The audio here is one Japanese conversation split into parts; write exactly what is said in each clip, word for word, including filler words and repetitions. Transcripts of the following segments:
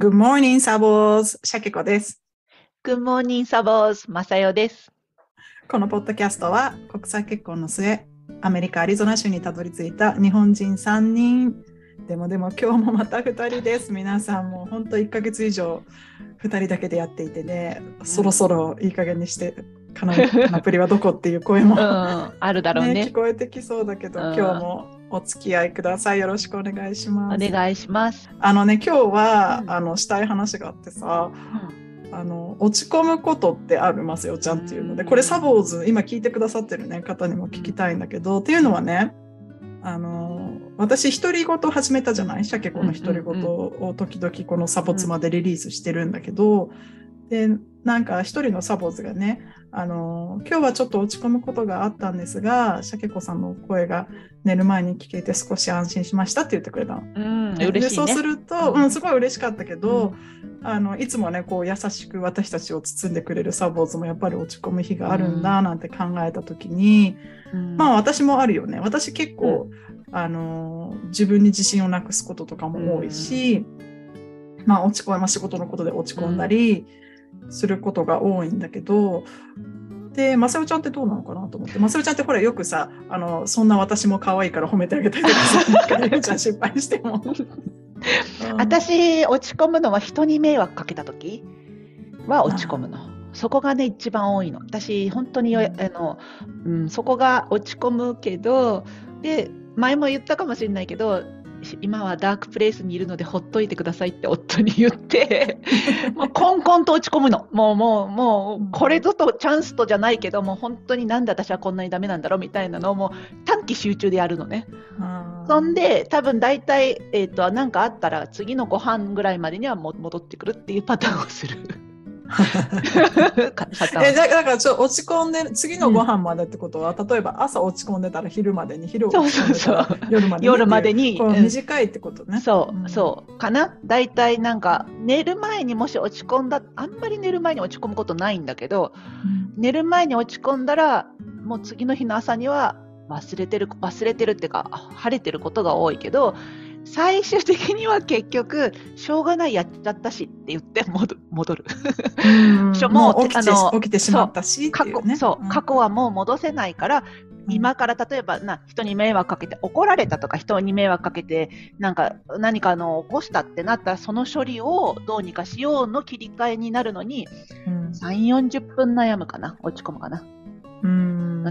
Good morning, サボーズ。シャケコです。 Good morning, サボーズ。マサヨです。 このポッドキャストは国際結婚の末、アメリカ・アリゾナ州にたどり着いた日本人さんにん。でもでも今日もまたふたりです。皆さんも本当いっかげつ以上ふたりだけでやっていてね、そろそろいい加減にして、カナアプリはどこっていう声も、うん、 あるだろうね。 ね聞こえてきそうだけど、うん、今日もお付き合いください。よろしくお願いします。 お願いします。 あのね、今日は、うん、あのしたい話があってさ、うん、あの落ち込むことってあるますよちゃんっていうので、これサボーズ今聞いてくださってる、ね、方にも聞きたいんだけど、っていうのはね、あの私独り言始めたじゃない、シャケ子の独り言を時々このサボツマでリリースしてるんだけど、でなんか一人のサボーズがね、あの今日はちょっと落ち込むことがあったんですが、シャケ子さんの声が寝る前に聞けて少し安心しましたって言ってくれたの。 うん、嬉しいね。 でそうすると、うん、すごい嬉しかったけど、うん、あのいつもねこう優しく私たちを包んでくれるサボーズもやっぱり落ち込む日があるんだなんて考えた時に、うん、まあ私もあるよね。私結構、うん、あの自分に自信をなくすこととかも多いし、うん、まあ落ち込む、まあ、仕事のことで落ち込んだりすることが多いんだけど、でマサヨちゃんってどうなのかなと思って、マサヨちゃんってほらよくさ、あのそんな私も可愛いから褒めてあげたりとかさ、ゆうちゃん失敗してもうん、私落ち込むのは人に迷惑かけた時は落ち込むの。そこがね一番多いの。私本当に、うん、あの、うん、そこが落ち込むけど、で前も言ったかもしれないけど、今はダークプレイスにいるのでほっといてくださいって夫に言ってもうコンコンと落ち込むの。もうもうもうこれぞとチャンスとじゃないけど、もう本当になんで私はこんなにダメなんだろうみたいなのをもう短期集中でやるのね。そんで多分大体、えーと、なんかあったら次のご飯ぐらいまでにはも戻ってくるっていうパターンをするえだからちょっと落ち込んで次のご飯までってことは、うん、例えば朝落ち込んでたら昼までに、昼落ち込んでたら夜までに、 夜までに短いってことね。 そう、うん、そうかな。だいたいなんか寝る前にもし落ち込んだ、あんまり寝る前に落ち込むことないんだけど、うん、寝る前に落ち込んだらもう次の日の朝には忘れてる忘れてるっていうか晴れてることが多いけど、最終的には結局しょうがないやっちゃったしって言って戻るもう起きて、起きてしまったしっていうね。 そう、過去はもう戻せないから、うん、今から例えばな人に迷惑かけて怒られたとか、人に迷惑かけてなんか何かの起こしたってなったら、その処理をどうにかしようの切り替えになるのに、うん、さんじゅう、よんじゅっぷん悩むかな、落ち込むかな。うん、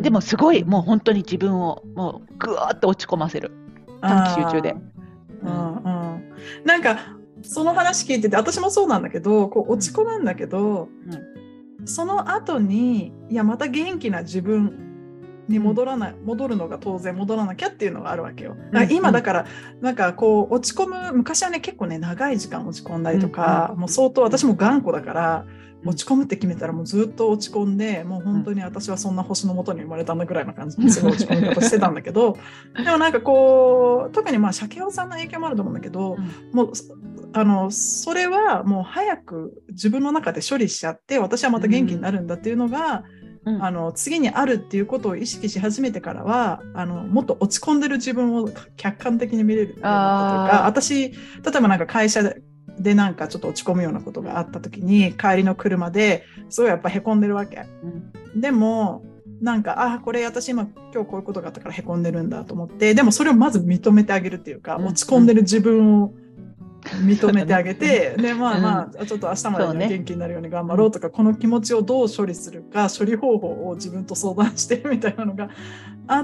でもすごいもう本当に自分をもうぐわーっと落ち込ませる、短期集中で。 うんうん、なんかその話聞いてて私もそうなんだけど、こう落ち込むんだけど、うん、その後にいやまた元気な自分に戻らない、うん、戻るのが当然戻らなきゃっていうのがあるわけよ。だから今だからなんかこう落ち込む、昔はね結構ね長い時間落ち込んだりとか、うん、もう相当私も頑固だから落ち込むって決めたらもうずっと落ち込んで、もう本当に私はそんな星の下に生まれたんだぐらいの感じですごい落ち込み方してたんだけどでもなんかこう特にまあシャケオさんの影響もあると思うんだけど、うん、もうあのそれはもう早く自分の中で処理しちゃって、私はまた元気になるんだっていうのが、うん、あの次にあるっていうことを意識し始めてからは、あのもっと落ち込んでる自分を客観的に見れるようになったというか、私例えばなんか会社ででなんかちょっと落ち込むようなことがあった時に帰りの車ですごいやっぱへこんでるわけ、うん、でもなんかあこれ私今今日こういうことがあったからへこんでるんだと思って、でもそれをまず認めてあげるっていうか、うん、落ち込んでる自分を認めてあげて、うん、でまあまあちょっと明日までには元気になるように頑張ろうとか、ね、この気持ちをどう処理するか処理方法を自分と相談してみたいなのがあって、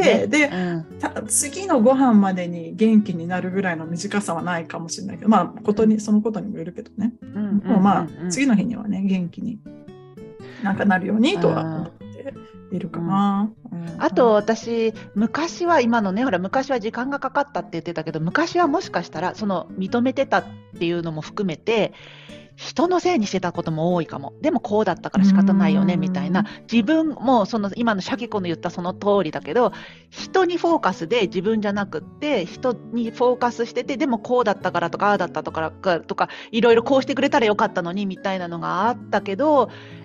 ね、で、うん、次のご飯までに元気になるぐらいの短さはないかもしれないけど、まあことにそのことにもよるけどね、うん、もうまあ、うん、次の日にはね元気になんかなるようにとは思っているかな、 うんうん、あと私昔は今のねほら昔は時間がかかったって言ってたけど、昔はもしかしたらその認めてたっていうのも含めて人のせいにしてたことも多いかも。でもこうだったから仕方ないよねみたいな、自分もその今のシャケ子の言ったその通りだけど、人にフォーカスで自分じゃなくって人にフォーカスしてて、でもこうだったからとかああだったとかとかいろいろこうしてくれたらよかったのにみたいなのがあったけど、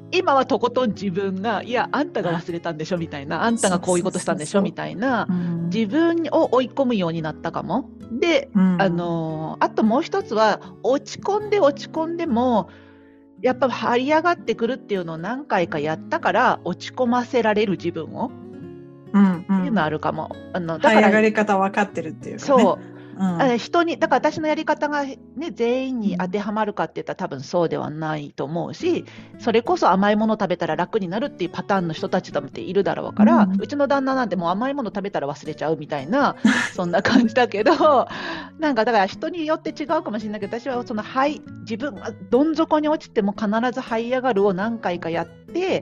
今はとことん自分が、いや、あんたが忘れたんでしょみたいな、あんたがこういうことしたんでしょみたいな、自分を追い込むようになったかも。で、うん、あのあともう一つは、落ち込んで落ち込んでもやっぱ這い上がってくるっていうのを何回かやったから、落ち込ませられる自分を、うんうん、っていうのあるかも。あのだから這い上がり方分かってるっていうかね。 そう、うん、人にだから私のやり方が、ね、全員に当てはまるかって言ったら多分そうではないと思うし、それこそ甘いもの食べたら楽になるっていうパターンの人たちだっているだろうから、うん、うちの旦那なんてもう甘いもの食べたら忘れちゃうみたいなそんな感じだけどなんかだから人によって違うかもしれないけど、私はその、はい、自分がどん底に落ちても必ず這い上がるを何回かやって、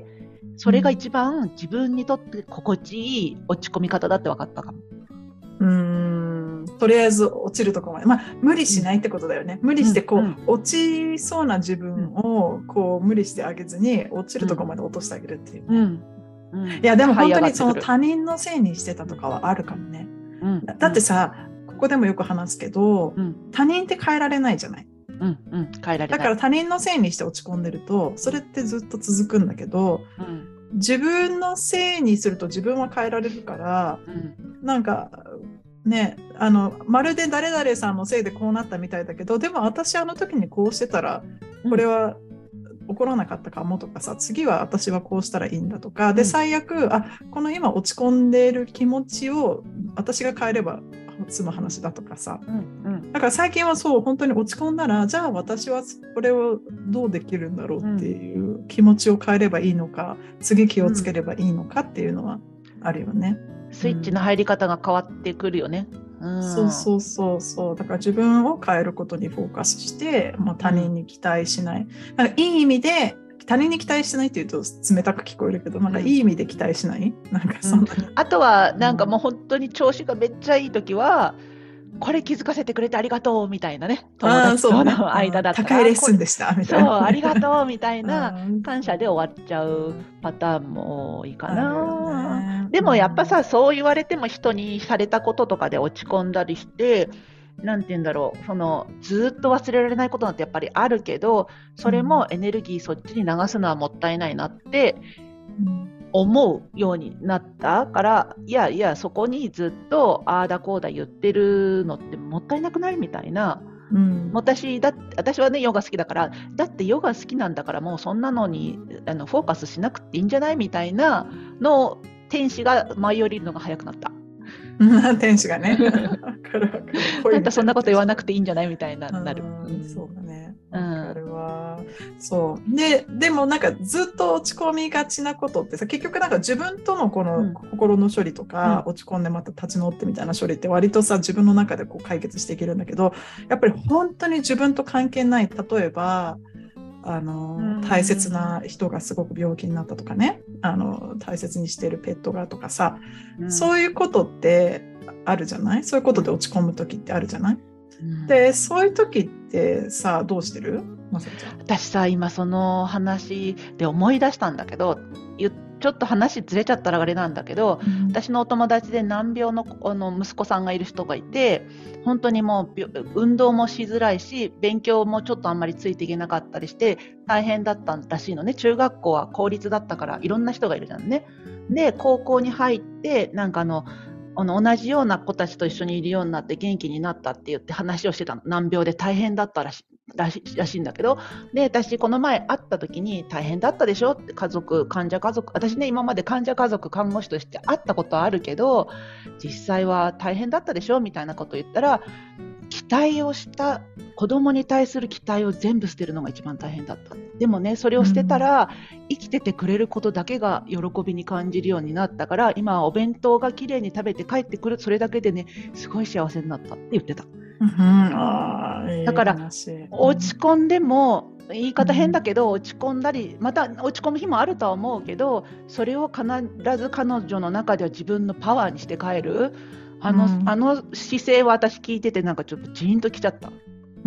それが一番自分にとって心地いい落ち込み方だって分かったかも。 うーん、とりあえず落ちるところまで、まあ、無理しないってことだよね。無理してこう、うんうん、落ちそうな自分をこう無理してあげずに落ちるところまで落としてあげるっていう、ね、うんうん、いやでも本当にその他人のせいにしてたとかはあるかもね、うん、だってさ、ここでもよく話すけど、うん、他人って変えられないじゃない、うんうん、変えられない。だから他人のせいにして落ち込んでるとそれってずっと続くんだけど、うん、自分のせいにすると自分は変えられるから、うん、なんかね、あのまるで誰々さんのせいでこうなったみたいだけど、でも私あの時にこうしてたらこれは起こらなかったかもとかさ、次は私はこうしたらいいんだとかで、最悪、あ、この今落ち込んでいる気持ちを私が変えれば済む話だとかさ、うんうん、だから最近はそう本当に落ち込んだら、じゃあ私はこれをどうできるんだろうっていう気持ちを変えればいいのか、次気をつければいいのかっていうのはあるよね。 スイッチの入り方が変わってくるよね、うん、 そうそうそうそう。だから自分を変えることにフォーカスして、もう他人に期待しない、うん、なんかいい意味で他人に期待しないっていうと冷たく聞こえるけど、なんかいい意味で期待しない、うん、なんかそんな、うん、 あとはなんかもう本当に調子がめっちゃいい時は、これ気づかせてくれてありがとうみたいなね、友達との間だったら、 高いレッスンでしたみたいな、 そうありがとうみたいな感謝で終わっちゃうパターンも多いかな。でもやっぱさ、そう言われても人にされたこととかで落ち込んだりして、なんて言うんだろう、そのずっと忘れられないことなんてやっぱりあるけど、それもエネルギーそっちに流すのはもったいないなって思うようになったから、いやいやそこにずっとああだこうだ言ってるのってもったいなくないみたいな、うん、私だ私はねヨガ好きだから、だってヨガ好きなんだからもうそんなのにあのフォーカスしなくていいんじゃないみたいなのを天使が舞い降りるのが早くなった。 天使がねあんたそんなこと言わなくていいんじゃないみたいななる、 うん、そうだね、わかるわ、うん、そうで、でもなんかずっと落ち込みがちなことってさ、結局なんか自分とのこの心の処理とか、うん、落ち込んでまた立ち直ってみたいな処理って割とさ自分の中でこう解決していけるんだけど、やっぱり本当に自分と関係ない、例えばあの大切な人がすごく病気になったとかね、あの大切にしているペットがとかさ、うん、そういうことってあるじゃない、そういうことで落ち込む時ってあるじゃない、うん、でそういう時ってさどうしてる？まさちゃん。 私さ今その話で思い出したんだけど、ちょっと話ずれちゃったらあれなんだけど、うん、私のお友達で難病 の, あの息子さんがいる人がいて、本当にもう運動もしづらいし勉強もちょっとあんまりついていけなかったりして大変だったらしいのね。中学校は公立だったからいろんな人がいるじゃんね。で高校に入ってなんかあのあの同じような子たちと一緒にいるようになって元気になったって言って話をしてたの。難病で大変だったらしらしらしいんだけど、で私この前会った時に大変だったでしょって、家族患者家族、私ね今まで患者家族看護師として会ったことはあるけど実際は大変だったでしょみたいなことを言ったら、期待をした子供に対する期待を全部捨てるのが一番大変だった。でもねそれを捨てたら、うん、生きててくれることだけが喜びに感じるようになったから、今はお弁当がきれいに食べて帰ってくる、それだけでねすごい幸せになったって言ってた。うん、あー、だから落ち込んでも、言い方変だけど、うん、落ち込んだりまた落ち込む日もあるとは思うけど、それを必ず彼女の中では自分のパワーにして帰る、あの、うん、あの姿勢は私聞いててなんかちょっとジーンときちゃった。 うん、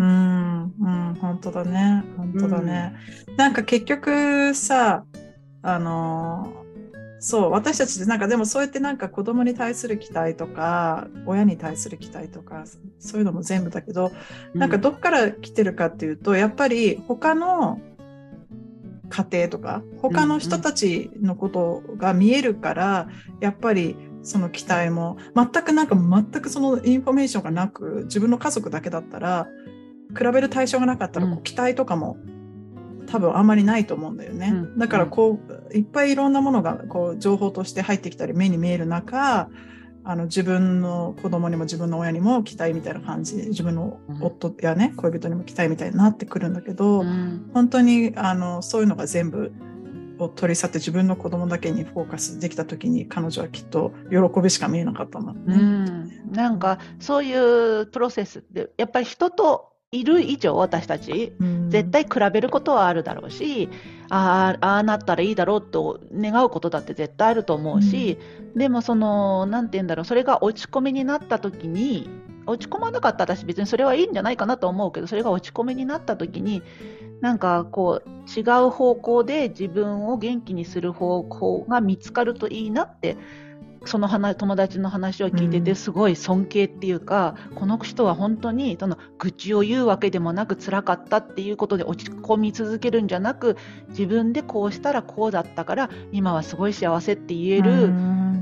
うん、本当だね、本当だね、うん、なんか結局さ、あのそう私たちでなんかでもそうやってなんか子供に対する期待とか親に対する期待とかそういうのも全部だけど、うん、なんかどっから来てるかっていうと、やっぱり他の家庭とか他の人たちのことが見えるから、うんうん、やっぱりその期待も全くなんか全くそのインフォメーションがなく自分の家族だけだったら比べる対象がなかったらこう期待とかも多分あんまりないと思うんだよね、うん、だからこういっぱいいろんなものがこう情報として入ってきたり目に見える中、あの自分の子供にも自分の親にも期待みたいな感じで自分の夫やね、うん、恋人にも期待みたいになってくるんだけど、うん、本当にあのそういうのが全部を取り去って自分の子供だけにフォーカスできた時に彼女はきっと喜びしか見えなかったもんね、うん、 なんかそういうプロセスってやっぱり人といる以上私たち、うん、絶対比べることはあるだろうし、ああなったらいいだろうと願うことだって絶対あると思うし、うん、でもそのなんて言うんだろう、それが落ち込みになった時に、落ち込まなかったら私別にそれはいいんじゃないかなと思うけど、それが落ち込みになった時になんかこう違う方向で自分を元気にする方法が見つかるといいなって、その話友達の話を聞いててすごい尊敬っていうか、うん、この人は本当にその愚痴を言うわけでもなく辛かったっていうことで落ち込み続けるんじゃなく、自分でこうしたらこうだったから今はすごい幸せって言える、うん、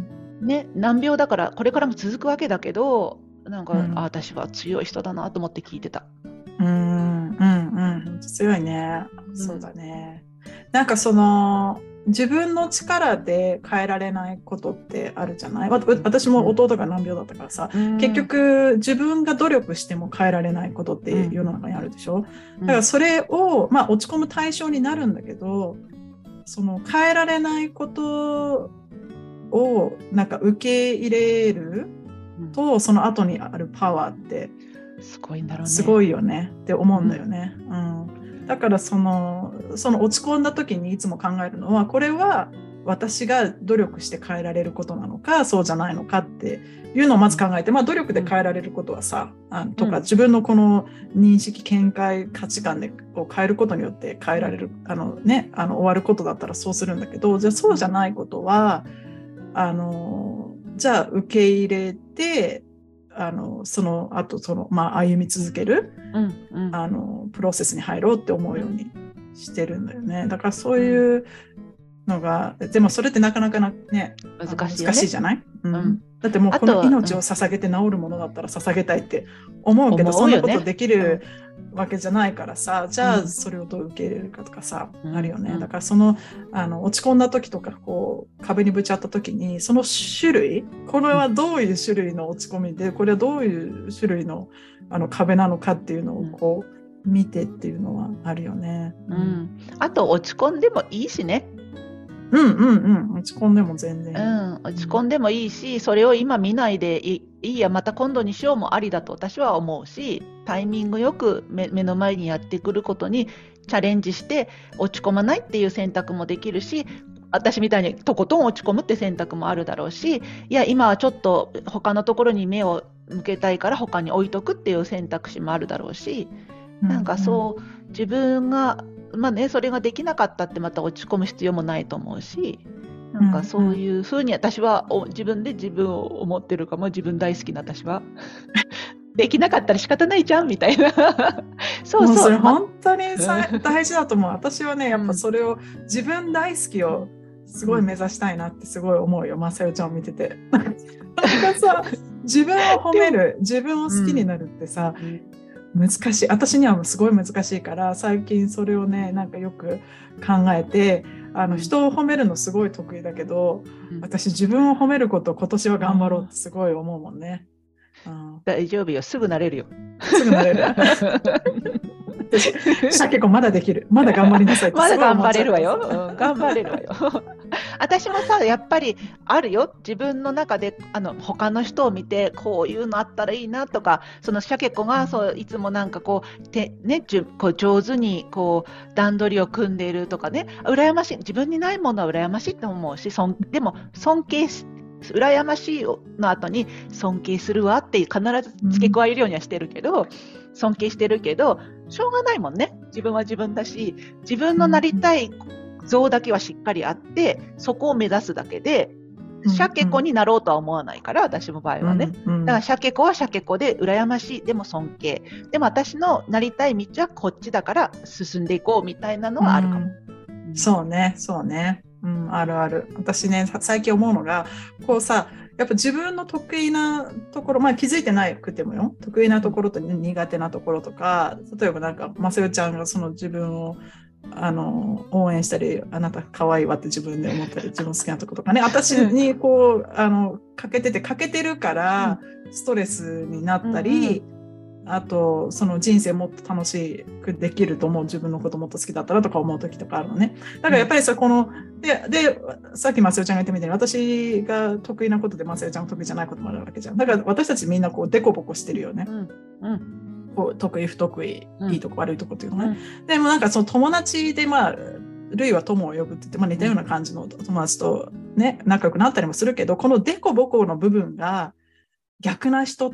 ね、難病だからこれからも続くわけだけど、なんか、うん、あ、私は強い人だなと思って聞いてた。 うんうんうん、強いね、うん、そうだね。なんかその自分の力で変えられないことってあるじゃない。私も弟が難病だったからさ、うん、結局自分が努力しても変えられないことって世の中にあるでしょ、うん、だからそれを、まあ、落ち込む対象になるんだけど、その変えられないことをなんか受け入れると、その後にあるパワーってすごいんだろうね。 すごいよねって思うんだよね、うんうん、だからその、その落ち込んだ時にいつも考えるのは、これは私が努力して変えられることなのかそうじゃないのかっていうのをまず考えて、まあ、努力で変えられることはさ、あのとか自分のこの認識見解価値観でを変えることによって変えられる、あの、ね、あの終わることだったらそうするんだけど、じゃあそうじゃないことはあのじゃあ受け入れて、あのその後その、まあ、歩み続ける、うんうん、あのプロセスに入ろうって思うようにしてるんだよね。だからそういうのが、でもそれってなかなかな、ね、難しいよね、難しいじゃない、うんうん、だってもうこの命を捧げて治るものだったら捧げたいって思うけど、そんなことできるわけじゃないからさ、じゃあそれをどう受け入れるかとかさ、うん、あるよね。だからその、あの落ち込んだ時とかこう壁にぶち当たった時に、その種類、これはどういう種類の落ち込みで、これはどういう種類の、あの壁なのかっていうのをこう見てっていうのはあるよね、 うんうん、あと落ち込んでもいいしね。 うんうんうん、落ち込んでも全然、 うん、落ち込んでもいいし、それを今見ないでいいや、また今度にしようもありだと私は思うし、タイミングよく 目, 目の前にやってくることにチャレンジして落ち込まないっていう選択もできるし、私みたいにとことん落ち込むって選択もあるだろうし、いや今はちょっと他のところに目を向けたいから他に置いとくっていう選択肢もあるだろうし、なんかそう、うんうん、自分がまあね、それができなかったってまた落ち込む必要もないと思うし、なんかそういうふうに私は自分で自分を思ってるかも。自分大好きな私はできなかったら仕方ないじゃんみたいなそうそう、もうそれ本当にさ、ま、大事だと思う。私はね、やっぱそれを、うん、自分大好きをすごい目指したいなってすごい思うよ、まさよちゃんを見ててなんかさ、自分を褒める、自分を好きになるってさ、うん難しい。私にはすごい難しいから、最近それをね、なんかよく考えて、あの人を褒めるのすごい得意だけど、うん、私自分を褒めることを今年は頑張ろうってすごい思うもんね。 うん、大丈夫よ、すぐ慣れるよ。 すぐ慣れる。私、結構まだできる。まだ頑張りなさいってまだ頑張れるわよ。うん、頑張れるわよ。私もさ、やっぱりあるよ。自分の中であの他の人を見てこういうのあったらいいなとか、そのシャケ子がそういつもなんかこうてね、じゅこう上手にこう段取りを組んでいるとかね、羨ましい。自分にないものは羨ましいと思うし、そんでも尊敬し羨ましいの後に尊敬するわって必ず付け加えるようにはしてるけど、うん、尊敬してるけどしょうがないもんね。自分は自分だし、自分のなりたい像だけはしっかりあってそこを目指すだけで、シャケ子になろうとは思わないから、私の場合はね、うんうん、だからシャケ子はシャケ子で羨ましい、でも尊敬、でも私のなりたい道はこっちだから進んでいこうみたいなのはあるかも、うんそうね、そうね。うん、あるある。私ね、最近思うのが、こうさ、やっぱ自分の得意なところ、まあ気づいてなくてもよ、得意なところと苦手なところとか、例えばなんか、まさよちゃんがその自分を、あの、応援したり、あなた可愛いわって自分で思ったり、自分好きなところとかね、私にこう、あの、欠けてて、欠けてるから、ストレスになったり、うんうん、あと、その人生もっと楽しくできると思う。自分のこともっと好きだったらとか思う時とかあるのね。だからやっぱりさ、この、で、で、さっきまさよちゃんが言ったみたいに、私が得意なことでまさよちゃんが得意じゃないこともあるわけじゃん。だから私たちみんなこう、デコボコしてるよね。うんうん、こう得意不得意、うん、いいとこ悪いとこっていうのね。うん、でもなんかその友達で、まあ、ルイは友を呼ぶって言って、まあ似たような感じの友達とね、仲良くなったりもするけど、このデコボコの部分が逆な人って、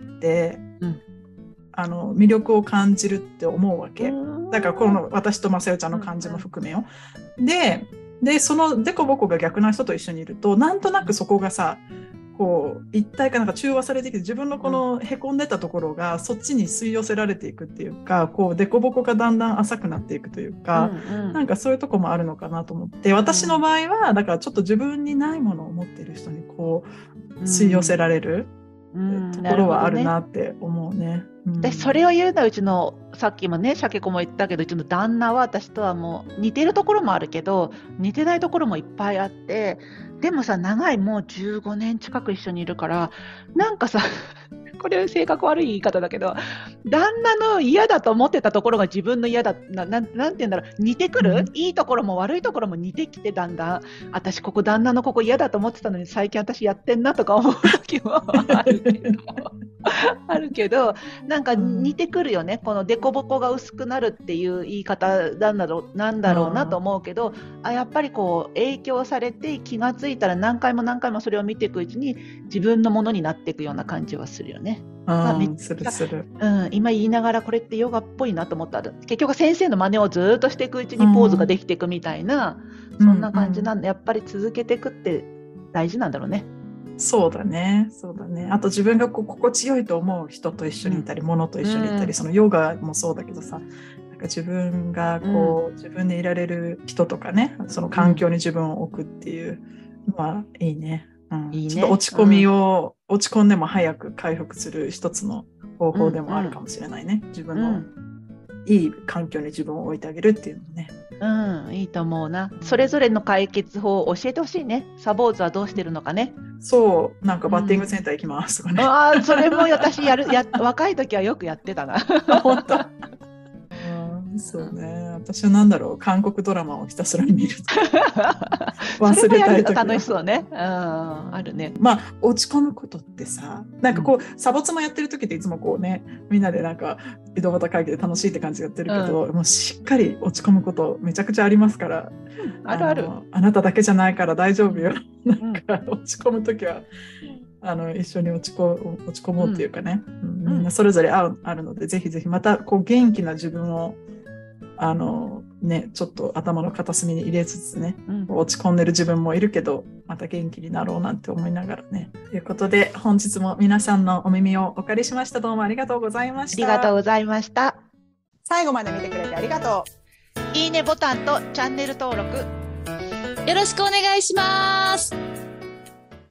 うんあの魅力を感じるって思うわけ。だからこの私とまさよちゃんの感じも含めよ。で、で、そのデコボコが逆な人と一緒にいると、なんとなくそこがさ、こう一体かなんか中和されてきて、自分のこの凹んでたところがそっちに吸い寄せられていくっていうか、こうデコボコがだんだん浅くなっていくというか、うんうん、なんかそういうとこもあるのかなと思って、私の場合はだからちょっと自分にないものを持っている人にこう吸い寄せられる。うん、ところはあるなって思うね。うん、 でそれを言うのはうちのさっきもねシャケ子も言ったけどうちの旦那は私とはもう似てるところもあるけど似てないところもいっぱいあってでもさ長いもうじゅうごねん近く一緒にいるからなんかさこれ性格悪い言い方だけど旦那の嫌だと思ってたところが自分の嫌だ な, な, なんて言うんだろう似てくる、うん、いいところも悪いところも似てきてだんだん私ここ旦那のここ嫌だと思ってたのに最近私やってんなとか思う時もあるけどあるけどなんか似てくるよねこのデコボコが薄くなるっていう言い方なんだろう、なんだろうなと思うけどあやっぱりこう影響されて気がついたら何回も何回もそれを見ていくうちに自分のものになっていくような感じはするよね。 まあ、めっちゃするする、 うん、今言いながらこれってヨガっぽいなと思ったら結局先生の真似をずっとしていくうちにポーズができていくみたいな、うん、そんな感じなんで、やっぱり続けていくって大事なんだろうね。 そうだね、そうだね。あと自分がこう心地よいと思う人と一緒にいたり、うん、物と一緒にいたり、そのヨガもそうだけどさ、なんか自分がこう、うん、自分でいられる人とかね、その環境に自分を置くっていうのはいいね。うん、いいね、ちょっと落ち込みを、うん、落ち込んでも早く回復する一つの方法でもあるかもしれないね。うんうん、自分のいい環境に自分を置いてあげるっていうのもね。 うん、いいと思うな。それぞれの解決法を教えてほしいね。サボーズはどうしてるのかね。 そう、なんかバッティングセンター行きますとかね。 うん、ああ、それも私やるや若い時はよくやってたな。 本当。そうね。私はなんだろう、韓国ドラマをひたすら見る忘れたい時は楽しそうね。うん、あるね。 まあ落ち込むことってさ、なんかこう、うん、サボツもやってる時っていつもこうね、みんなでなんか井戸端会議で楽しいって感じでやってるけど、うん、もうしっかり落ち込むことめちゃくちゃありますから。 うん、あるある。 あ, あなただけじゃないから大丈夫よ。うん、なんか落ち込む時は。あの一緒に落ちこ落ち込もうっていうかね、うん、みんなそれぞれある、あるのでぜひぜひまたこう元気な自分をあのねちょっと頭の片隅に入れつつね、うん、落ち込んでる自分もいるけどまた元気になろうなんて思いながらねということで本日も皆さんのお耳をお借りしました。どうもありがとうございました。 ありがとうございました。 最後まで見てくれてありがとう。いいねボタンとチャンネル登録よろしくお願いします。